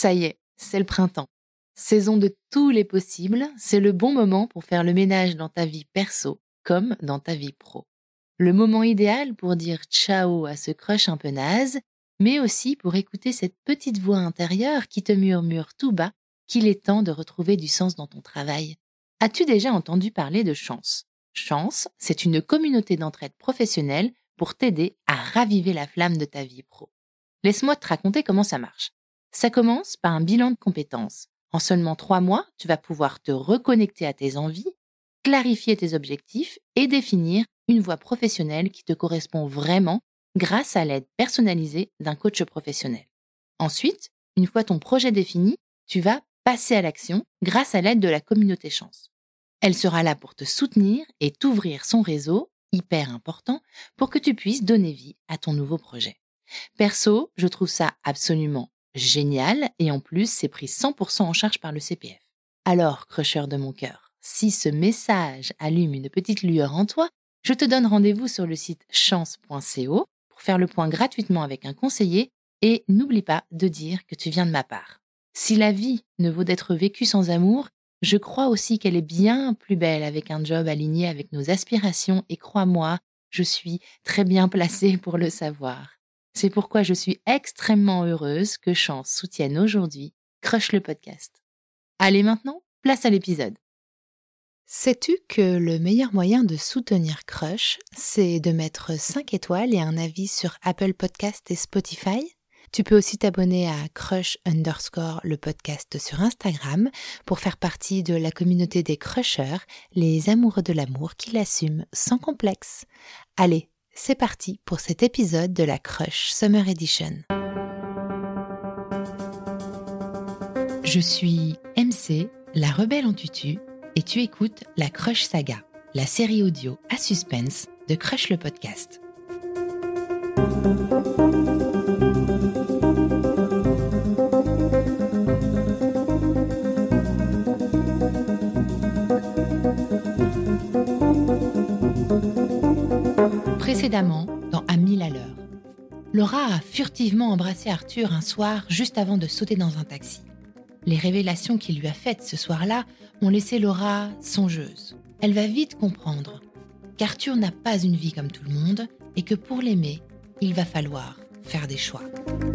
Ça y est, c'est le printemps. Saison de tous les possibles, c'est le bon moment pour faire le ménage dans ta vie perso comme dans ta vie pro. Le moment idéal pour dire ciao à ce crush un peu naze, mais aussi pour écouter cette petite voix intérieure qui te murmure tout bas qu'il est temps de retrouver du sens dans ton travail. As-tu déjà entendu parler de Chance ? Chance, c'est une communauté d'entraide professionnelle pour t'aider à raviver la flamme de ta vie pro. Laisse-moi te raconter comment ça marche. Ça commence par un bilan de compétences. En seulement 3 mois, tu vas pouvoir te reconnecter à tes envies, clarifier tes objectifs et définir une voie professionnelle qui te correspond vraiment grâce à l'aide personnalisée d'un coach professionnel. Ensuite, une fois ton projet défini, tu vas passer à l'action grâce à l'aide de la communauté Chance. Elle sera là pour te soutenir et t'ouvrir son réseau, hyper important, pour que tu puisses donner vie à ton nouveau projet. Perso, je trouve ça absolument génial et en plus, c'est pris 100% en charge par le CPF. Alors, crusher de mon cœur, si ce message allume une petite lueur en toi, je te donne rendez-vous sur le site chance.co pour faire le point gratuitement avec un conseiller et n'oublie pas de dire que tu viens de ma part. Si la vie ne vaut d'être vécue sans amour, je crois aussi qu'elle est bien plus belle avec un job aligné avec nos aspirations et crois-moi, je suis très bien placée pour le savoir. C'est pourquoi je suis extrêmement heureuse que Chance soutienne aujourd'hui Crush le podcast. Allez maintenant, place à l'épisode. Sais-tu que le meilleur moyen de soutenir Crush, c'est de mettre 5 étoiles et un avis sur Apple Podcast et Spotify ? Tu peux aussi t'abonner à Crush_ le podcast sur Instagram pour faire partie de la communauté des crushers, les amoureux de l'amour qui l'assument sans complexe. Allez, c'est parti pour cet épisode de la Crush Summer Edition. Je suis MC, la rebelle en tutu, et tu écoutes la Crush Saga, la série audio à suspense de Crush le podcast. Précédemment, dans À 1000 à l'heure, Laura a furtivement embrassé Arthur un soir juste avant de sauter dans un taxi. Les révélations qu'il lui a faites ce soir-là ont laissé Laura songeuse. Elle va vite comprendre qu'Arthur n'a pas une vie comme tout le monde et que pour l'aimer, il va falloir faire des choix.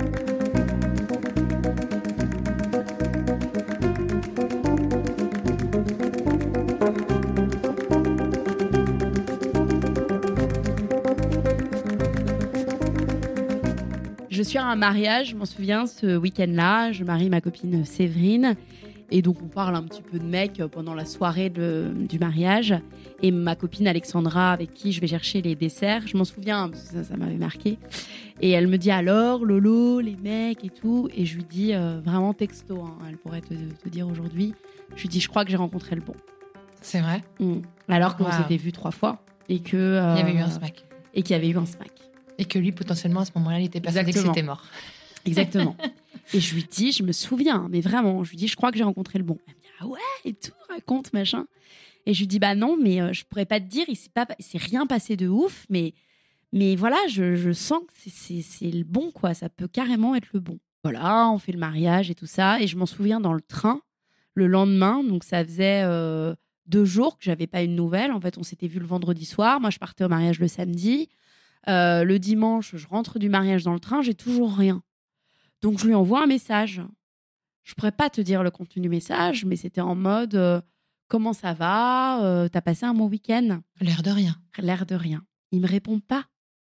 Je suis à un mariage, je m'en souviens, ce week-end-là. Je marie ma copine Séverine. Et donc, on parle un petit peu de mec pendant la soirée du mariage. Et ma copine Alexandra, avec qui je vais chercher les desserts, je m'en souviens, parce que ça m'avait marqué. Et elle me dit alors, Lolo, les mecs et tout. Et je lui dis, vraiment texto, hein, elle pourrait te dire aujourd'hui. Je lui dis, je crois que j'ai rencontré le bon. C'est vrai ? Alors qu'on s'était vus 3 fois. Et que, il y avait eu un smack. Et qu'il y avait eu un smack. Et que lui, potentiellement, à ce moment-là, il était persuadé que c'était mort. Exactement. Et je lui dis, je me souviens, mais vraiment, je lui dis, je crois que j'ai rencontré le bon. Elle me dit, ah ouais, et tout, raconte, machin. Et je lui dis, bah non, mais je pourrais pas te dire, il s'est rien passé de ouf, mais voilà, je sens que c'est le bon, quoi. Ça peut carrément être le bon. Voilà, on fait le mariage et tout ça. Et je m'en souviens dans le train, le lendemain, donc ça faisait 2 jours que j'avais pas une nouvelle. En fait, on s'était vu le vendredi soir. Moi, je partais au mariage le samedi. Le dimanche, je rentre du mariage dans le train, j'ai toujours rien. Donc, je lui envoie un message. Je pourrais pas te dire le contenu du message, mais c'était en mode comment ça va ? T'as passé un bon week-end ? L'air de rien. L'air de rien. Il me répond pas.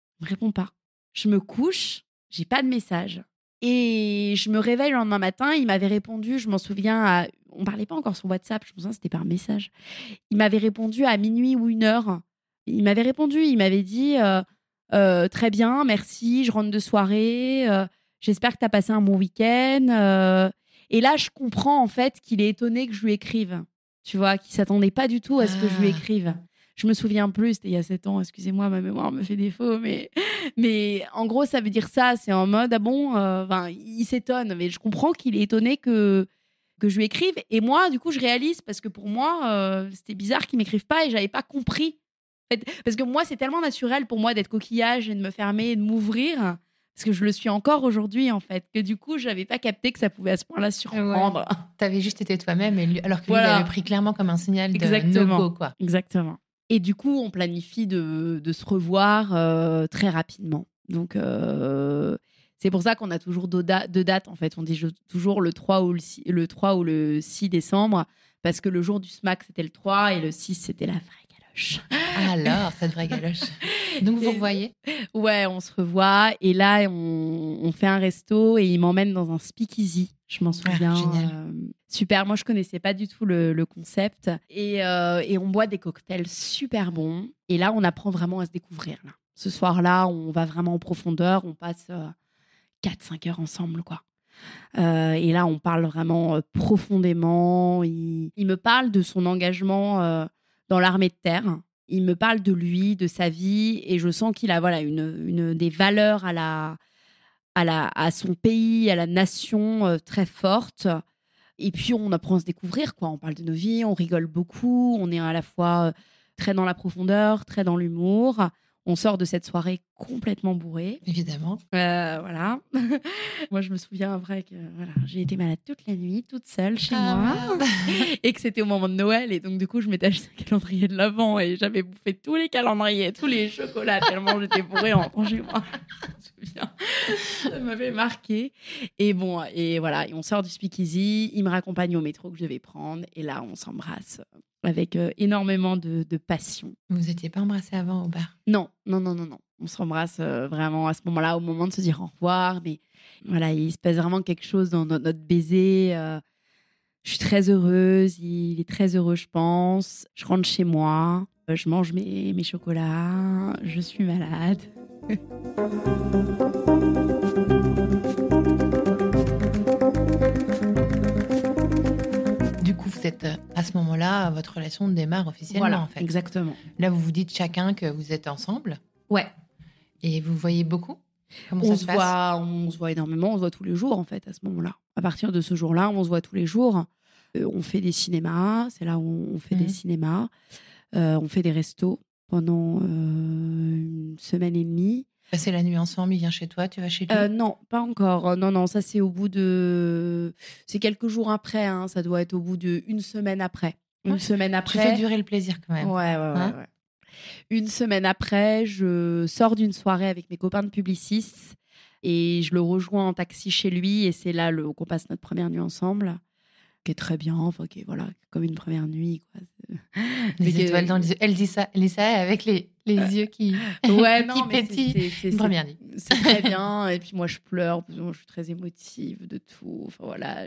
Je me couche, j'ai pas de message. Et je me réveille le lendemain matin, il m'avait répondu, je m'en souviens, on parlait pas encore sur WhatsApp, je me souviens, c'était par message. Il m'avait répondu à minuit ou 1h. Il m'avait dit... très bien, merci, je rentre de soirée, j'espère que tu as passé un bon week-end. Et là, je comprends en fait qu'il est étonné que je lui écrive. Tu vois, qu'il ne s'attendait pas du tout à ce que je lui écrive. Je me souviens plus, c'était il y a 7 ans, excusez-moi, ma mémoire me fait défaut, mais en gros, ça veut dire ça, c'est en mode, ah bon, il s'étonne, mais je comprends qu'il est étonné que je lui écrive. Et moi, du coup, je réalise, parce que pour moi, c'était bizarre qu'il ne m'écrive pas et je n'avais pas compris. En fait, parce que moi, c'est tellement naturel pour moi d'être coquillage et de me fermer et de m'ouvrir. Parce que je le suis encore aujourd'hui, en fait. Que du coup, je n'avais pas capté que ça pouvait à ce point-là surprendre. Ouais. Tu avais juste été toi-même, alors que lui, Voilà. il avait pris clairement comme un signal de Exactement. no-go, quoi. Exactement. Et du coup, on planifie de se revoir très rapidement. Donc, c'est pour ça qu'on a toujours deux dates, en fait. On dit toujours le 3 ou le 6 décembre, parce que le jour du SMAC, c'était le 3 et le 6, c'était la vraie galoche. Alors, cette vraie galoche. Donc, vous revoyez ? Ouais, on se revoit. Et là, on fait un resto et il m'emmène dans un speakeasy. Je m'en souviens. Génial. Super. Moi, je connaissais pas du tout le concept. Et on boit des cocktails super bons. Et là, on apprend vraiment à se découvrir. Là. Ce soir-là, on va vraiment en profondeur. On passe 4-5 heures ensemble, quoi. Et là, on parle vraiment profondément. Il me parle de son engagement dans l'armée de terre. Il me parle de lui, de sa vie. Et je sens qu'il a une des valeurs à son pays, à la nation très forte. Et puis, on apprend à se découvrir, quoi. On parle de nos vies, on rigole beaucoup. On est à la fois très dans la profondeur, très dans l'humour. On sort de cette soirée complètement bourré. Évidemment. Voilà. Moi, je me souviens après que j'ai été malade toute la nuit, toute seule chez moi. Et que c'était au moment de Noël. Et donc, du coup, je m'étais acheté un calendrier de l'Avent et j'avais bouffé tous les calendriers, tous les chocolats, tellement j'étais bourrée en rentrant chez moi. Je me souviens. Ça m'avait marqué. Et bon, et voilà. Et on sort du speakeasy. Il me raccompagne au métro que je devais prendre. Et là, on s'embrasse avec énormément de passion. Vous n'étiez pas embrassés avant au bar ? Non. On s'embrasse vraiment à ce moment-là, au moment de se dire au revoir. Mais voilà, il se passe vraiment quelque chose dans notre baiser. Je suis très heureuse, il est très heureux, je pense. Je rentre chez moi, je mange mes chocolats, je suis malade. Du coup, vous êtes à ce moment-là, votre relation démarre officiellement, Voilà, en fait. Exactement. Là, vous vous dites chacun que vous êtes ensemble. Ouais. Et vous voyez beaucoup ? Comment On ça se passe ? on se voit énormément, on se voit tous les jours en fait à ce moment-là. À partir de ce jour-là, on se voit tous les jours. On fait des cinémas, c'est là où on fait des cinémas. On fait des restos pendant une semaine et demie. Passer la nuit ensemble, il vient chez toi, tu vas chez lui ? Non, pas encore. Non, ça c'est au bout de... C'est quelques jours après, hein. Ça doit être au bout d'une semaine après. Une semaine après... Tu fais durer le plaisir quand même. Ouais. Une semaine après, je sors d'une soirée avec mes copains de Publicis et je le rejoins en taxi chez lui et c'est là qu'on passe notre première nuit ensemble, qui est très bien, enfin qui est comme une première nuit, quoi. Les étoiles dans les yeux. Elle dit ça avec les yeux qui pétillent. C'est une première nuit. C'est très bien. Et puis moi, je pleure parce que moi, je suis très émotive de tout. Enfin voilà,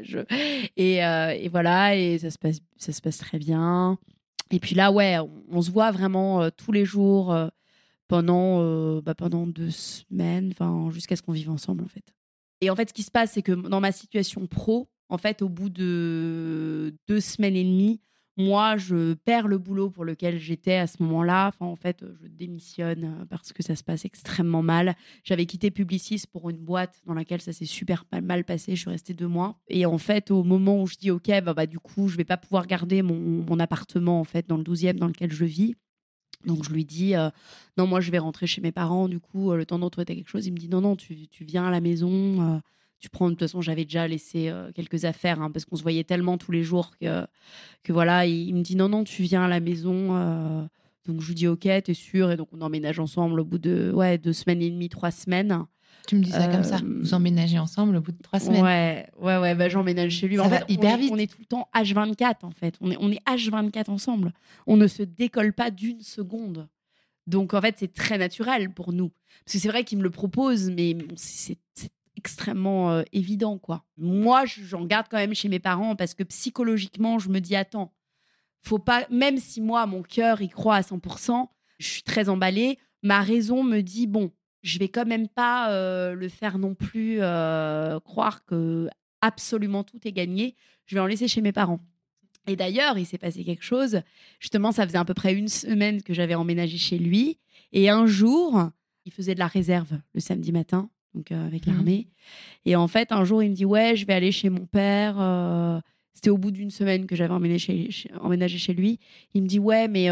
et voilà, et ça se passe très bien. Et puis là, ouais, on se voit vraiment tous les jours pendant 2 semaines, jusqu'à ce qu'on vive ensemble, en fait. Et en fait, ce qui se passe, c'est que dans ma situation pro, en fait, au bout de 2 semaines et demie, moi, je perds le boulot pour lequel j'étais à ce moment-là. Enfin, en fait, je démissionne parce que ça se passe extrêmement mal. J'avais quitté Publicis pour une boîte dans laquelle ça s'est super mal passé. Je suis restée 2 mois. Et en fait, au moment où je dis OK, du coup, je vais pas pouvoir garder mon appartement en fait dans le 12e dans lequel je vis. Donc, je lui dis non, moi, je vais rentrer chez mes parents. Du coup, le temps de retrouver quelque chose, il me dit non, tu viens à la maison. Tu prends, de toute façon, j'avais déjà laissé quelques affaires parce qu'on se voyait tellement tous les jours que voilà, il me dit non, tu viens à la maison. Donc, je lui dis OK, t'es sûr? Et donc, on emménage ensemble au bout de 2 semaines et demie, 3 semaines. Tu me dis ça comme ça. Vous emménagez ensemble au bout de 3 semaines. Ouais, j'emménage chez lui. Ça va hyper vite. On est tout le temps H24, en fait. On est H24 ensemble. On ne se décolle pas d'une seconde. Donc, en fait, c'est très naturel pour nous. Parce que c'est vrai qu'il me le propose, mais c'est extrêmement évident, quoi. Moi, j'en garde quand même chez mes parents parce que psychologiquement, je me dis, attends, faut pas, même si moi, mon cœur y croit à 100%, je suis très emballée, ma raison me dit, bon, je vais quand même pas le faire non plus croire que absolument tout est gagné. Je vais en laisser chez mes parents. Et d'ailleurs, il s'est passé quelque chose. Justement, ça faisait à peu près 1 semaine que j'avais emménagé chez lui. Et un jour, il faisait de la réserve le samedi matin, donc avec l'armée. Et en fait, un jour, il me dit « Ouais, je vais aller chez mon père. » C'était au bout d'1 semaine que j'avais emménagé chez lui. Il me dit « Ouais, mais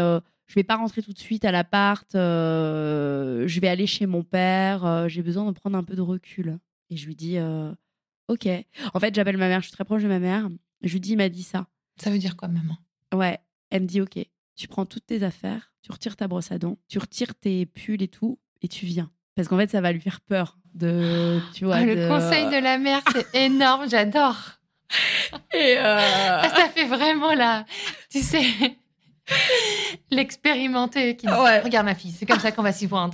je vais pas rentrer tout de suite à l'appart, je vais aller chez mon père, j'ai besoin de prendre un peu de recul. Et je lui dis, ok. En fait, j'appelle ma mère, je suis très proche de ma mère. Je lui dis, il m'a dit ça. Ça veut dire quoi, maman? Ouais, elle me dit, ok, tu prends toutes tes affaires, tu retires ta brosse à dents, tu retires tes pulls et tout, et tu viens. Parce qu'en fait, ça va lui faire peur tu vois. Le conseil de la mère, c'est énorme, j'adore. Et ça fait vraiment tu sais, l'expérimenté qui dit, ouais. Regarde ma fille, c'est comme ça qu'on va s'y prendre.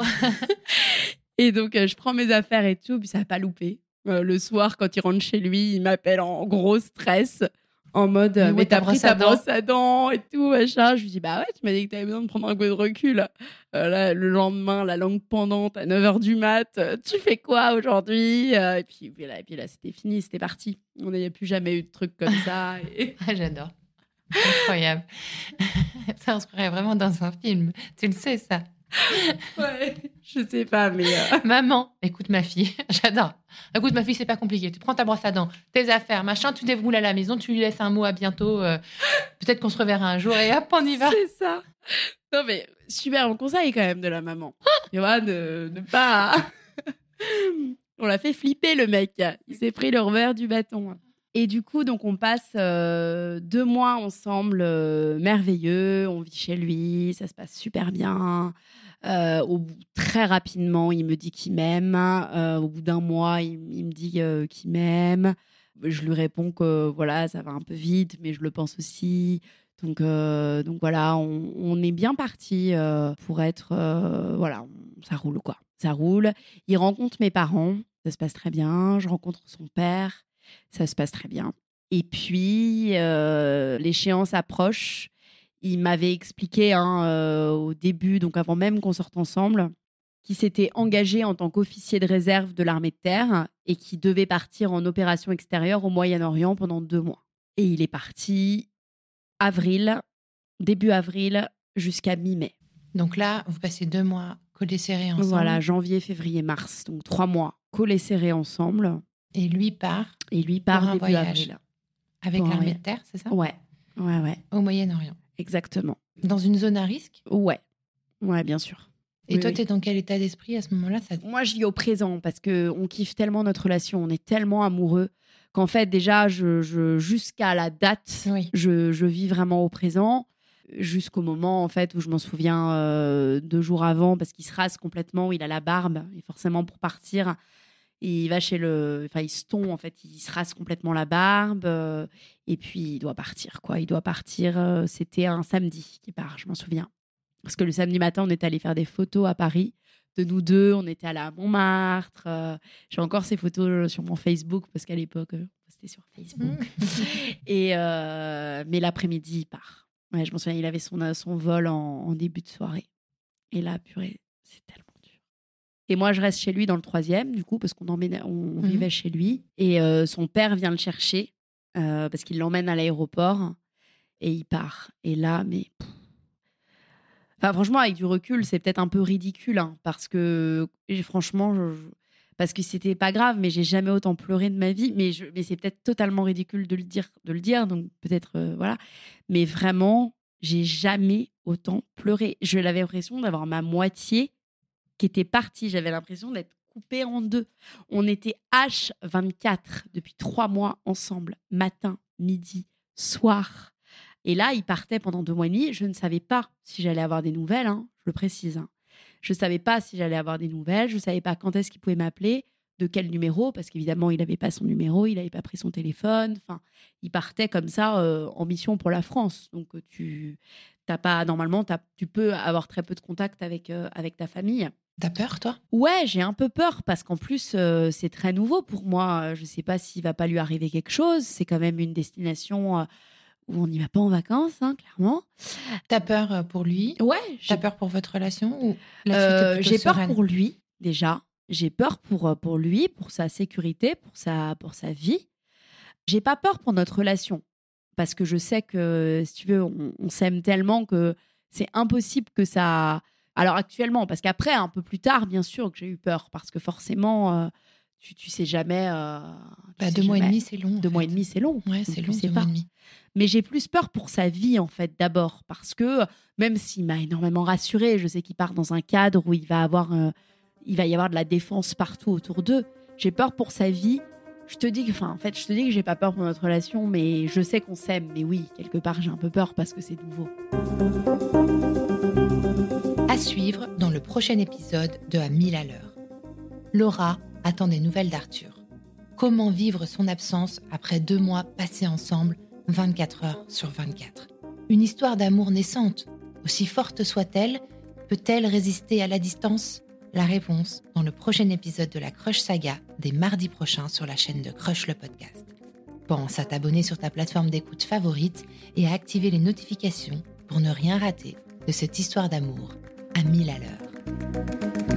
Et donc, je prends mes affaires et tout, puis ça n'a pas loupé. Le soir, quand il rentre chez lui, il m'appelle en gros stress, en mode mais t'as pris ta brosse à dents et tout, machin. Je lui dis, bah ouais, tu m'as dit que t'avais besoin de prendre un peu de recul. Là, le lendemain, la langue pendante à 9h du mat, tu fais quoi aujourd'hui? Et puis là, c'était fini, c'était parti. On n'avait plus jamais eu de trucs comme ça. Et... J'adore. Incroyable. Ça, on se croirait vraiment dans un film. Tu le sais, ça? Ouais, je sais pas, mais... Maman, écoute ma fille, j'adore. Écoute ma fille, c'est pas compliqué. Tu prends ta brosse à dents, tes affaires, machin, tu déroules à la maison, tu lui laisses un mot à bientôt. Peut-être qu'on se reverra un jour et hop, on y va. C'est ça. Non mais, super bon conseil quand même de la maman. Tu vois, de pas... On l'a fait flipper, le mec. Il s'est pris le revers du bâton. Et du coup, donc on passe 2 mois ensemble, merveilleux. On vit chez lui, ça se passe super bien. Très rapidement, il me dit qu'il m'aime. Au bout d'1 mois, il me dit qu'il m'aime. Je lui réponds que voilà, ça va un peu vite, mais je le pense aussi. Donc voilà, on est bien parti pour être... voilà, ça roule quoi. Ça roule. Il rencontre mes parents, ça se passe très bien. Je rencontre son père. Ça se passe très bien. Et puis, l'échéance approche. Il m'avait expliqué au début, donc avant même qu'on sorte ensemble, qu'il s'était engagé en tant qu'officier de réserve de l'armée de terre et qu'il devait partir en opération extérieure au Moyen-Orient pendant 2 mois. Et il est parti début avril, jusqu'à mi-mai. Donc là, vous passez 2 mois collés serrés ensemble. Voilà, janvier, février, mars. Donc 3 mois collés serrés ensemble. Et lui part début avril. Avec l'armée de terre, c'est ça? Ouais. Au Moyen-Orient. Exactement. Dans une zone à risque? Ouais, bien sûr. Et toi, t'es dans quel état d'esprit à ce moment-là? Moi, je vis au présent parce qu'on kiffe tellement notre relation, on est tellement amoureux qu'en fait, déjà, jusqu'à la date, je vis vraiment au présent. Jusqu'au moment en fait où je m'en souviens 2 jours avant, parce qu'il se rase complètement, il a la barbe, et forcément pour partir... Il va chez il se tond, en fait, il se rase complètement la barbe et puis il doit partir, quoi. Il doit partir, c'était un samedi qu'il part, je m'en souviens. Parce que le samedi matin, on est allé faire des photos à Paris de nous deux, on était allé à Montmartre. J'ai encore ces photos sur mon Facebook, parce qu'à l'époque, c'était sur Facebook. Mais l'après-midi, il part. Ouais, je m'en souviens, il avait son vol en début de soirée. Et là, purée, c'est tellement... Et moi, je reste chez lui dans le 3e, du coup, parce qu'on vivait chez lui. Et son père vient le chercher, parce qu'il l'emmène à l'aéroport. Et il part. Et là, mais... Enfin, franchement, avec du recul, c'est peut-être un peu ridicule. Parce que, franchement, parce que c'était pas grave, mais j'ai jamais autant pleuré de ma vie. Mais c'est peut-être totalement ridicule de le dire. Donc, peut-être, voilà. Mais vraiment, j'ai jamais autant pleuré. Je l'avais l'impression d'avoir ma moitié qui était partie. J'avais l'impression d'être coupée en 2. On était H24 depuis 3 mois ensemble, matin, midi, soir. Et là, il partait pendant 2 mois et demi. Je ne savais pas si j'allais avoir des nouvelles, je le précise. Je ne savais pas si j'allais avoir des nouvelles. Je ne savais pas quand est-ce qu'il pouvait m'appeler, de quel numéro, parce qu'évidemment, il n'avait pas son numéro, il n'avait pas pris son téléphone. Enfin, il partait comme ça en mission pour la France. Donc, tu peux avoir très peu de contact avec ta famille. T'as peur, toi? Ouais, j'ai un peu peur parce qu'en plus, c'est très nouveau pour moi. Je ne sais pas s'il ne va pas lui arriver quelque chose. C'est quand même une destination où on n'y va pas en vacances, clairement. T'as peur pour lui? Ouais. T'as peur pour votre relation ou j'ai peur pour lui, déjà. J'ai peur pour lui, pour sa sécurité, pour sa vie. J'ai pas peur pour notre relation parce que je sais que, si tu veux, on s'aime tellement que c'est impossible que ça... Alors actuellement, parce qu'après, un peu plus tard, bien sûr que j'ai eu peur, parce que forcément, tu sais jamais. 2 mois et demi, c'est long. 2 mois et demi, c'est long. Ouais, Donc, c'est tu long, sais 2 mois pas. et demi. Mais j'ai plus peur pour sa vie, en fait, d'abord. Parce que même s'il m'a énormément rassurée, je sais qu'il part dans un cadre où il va y avoir de la défense partout autour d'eux. J'ai peur pour sa vie. Je te dis que j'ai pas peur pour notre relation, mais je sais qu'on s'aime. Mais oui, quelque part, j'ai un peu peur parce que c'est nouveau. À suivre dans le prochain épisode de À 1000 à l'heure. Laura attend des nouvelles d'Arthur. Comment vivre son absence après 2 mois passés ensemble, 24 heures sur 24 ? Une histoire d'amour naissante, aussi forte soit-elle, peut-elle résister à la distance ? La réponse dans le prochain épisode de la Crush Saga dès mardi prochain sur la chaîne de Crush le podcast. Pense à t'abonner sur ta plateforme d'écoute favorite et à activer les notifications pour ne rien rater de cette histoire d'amour à 1000 à l'heure.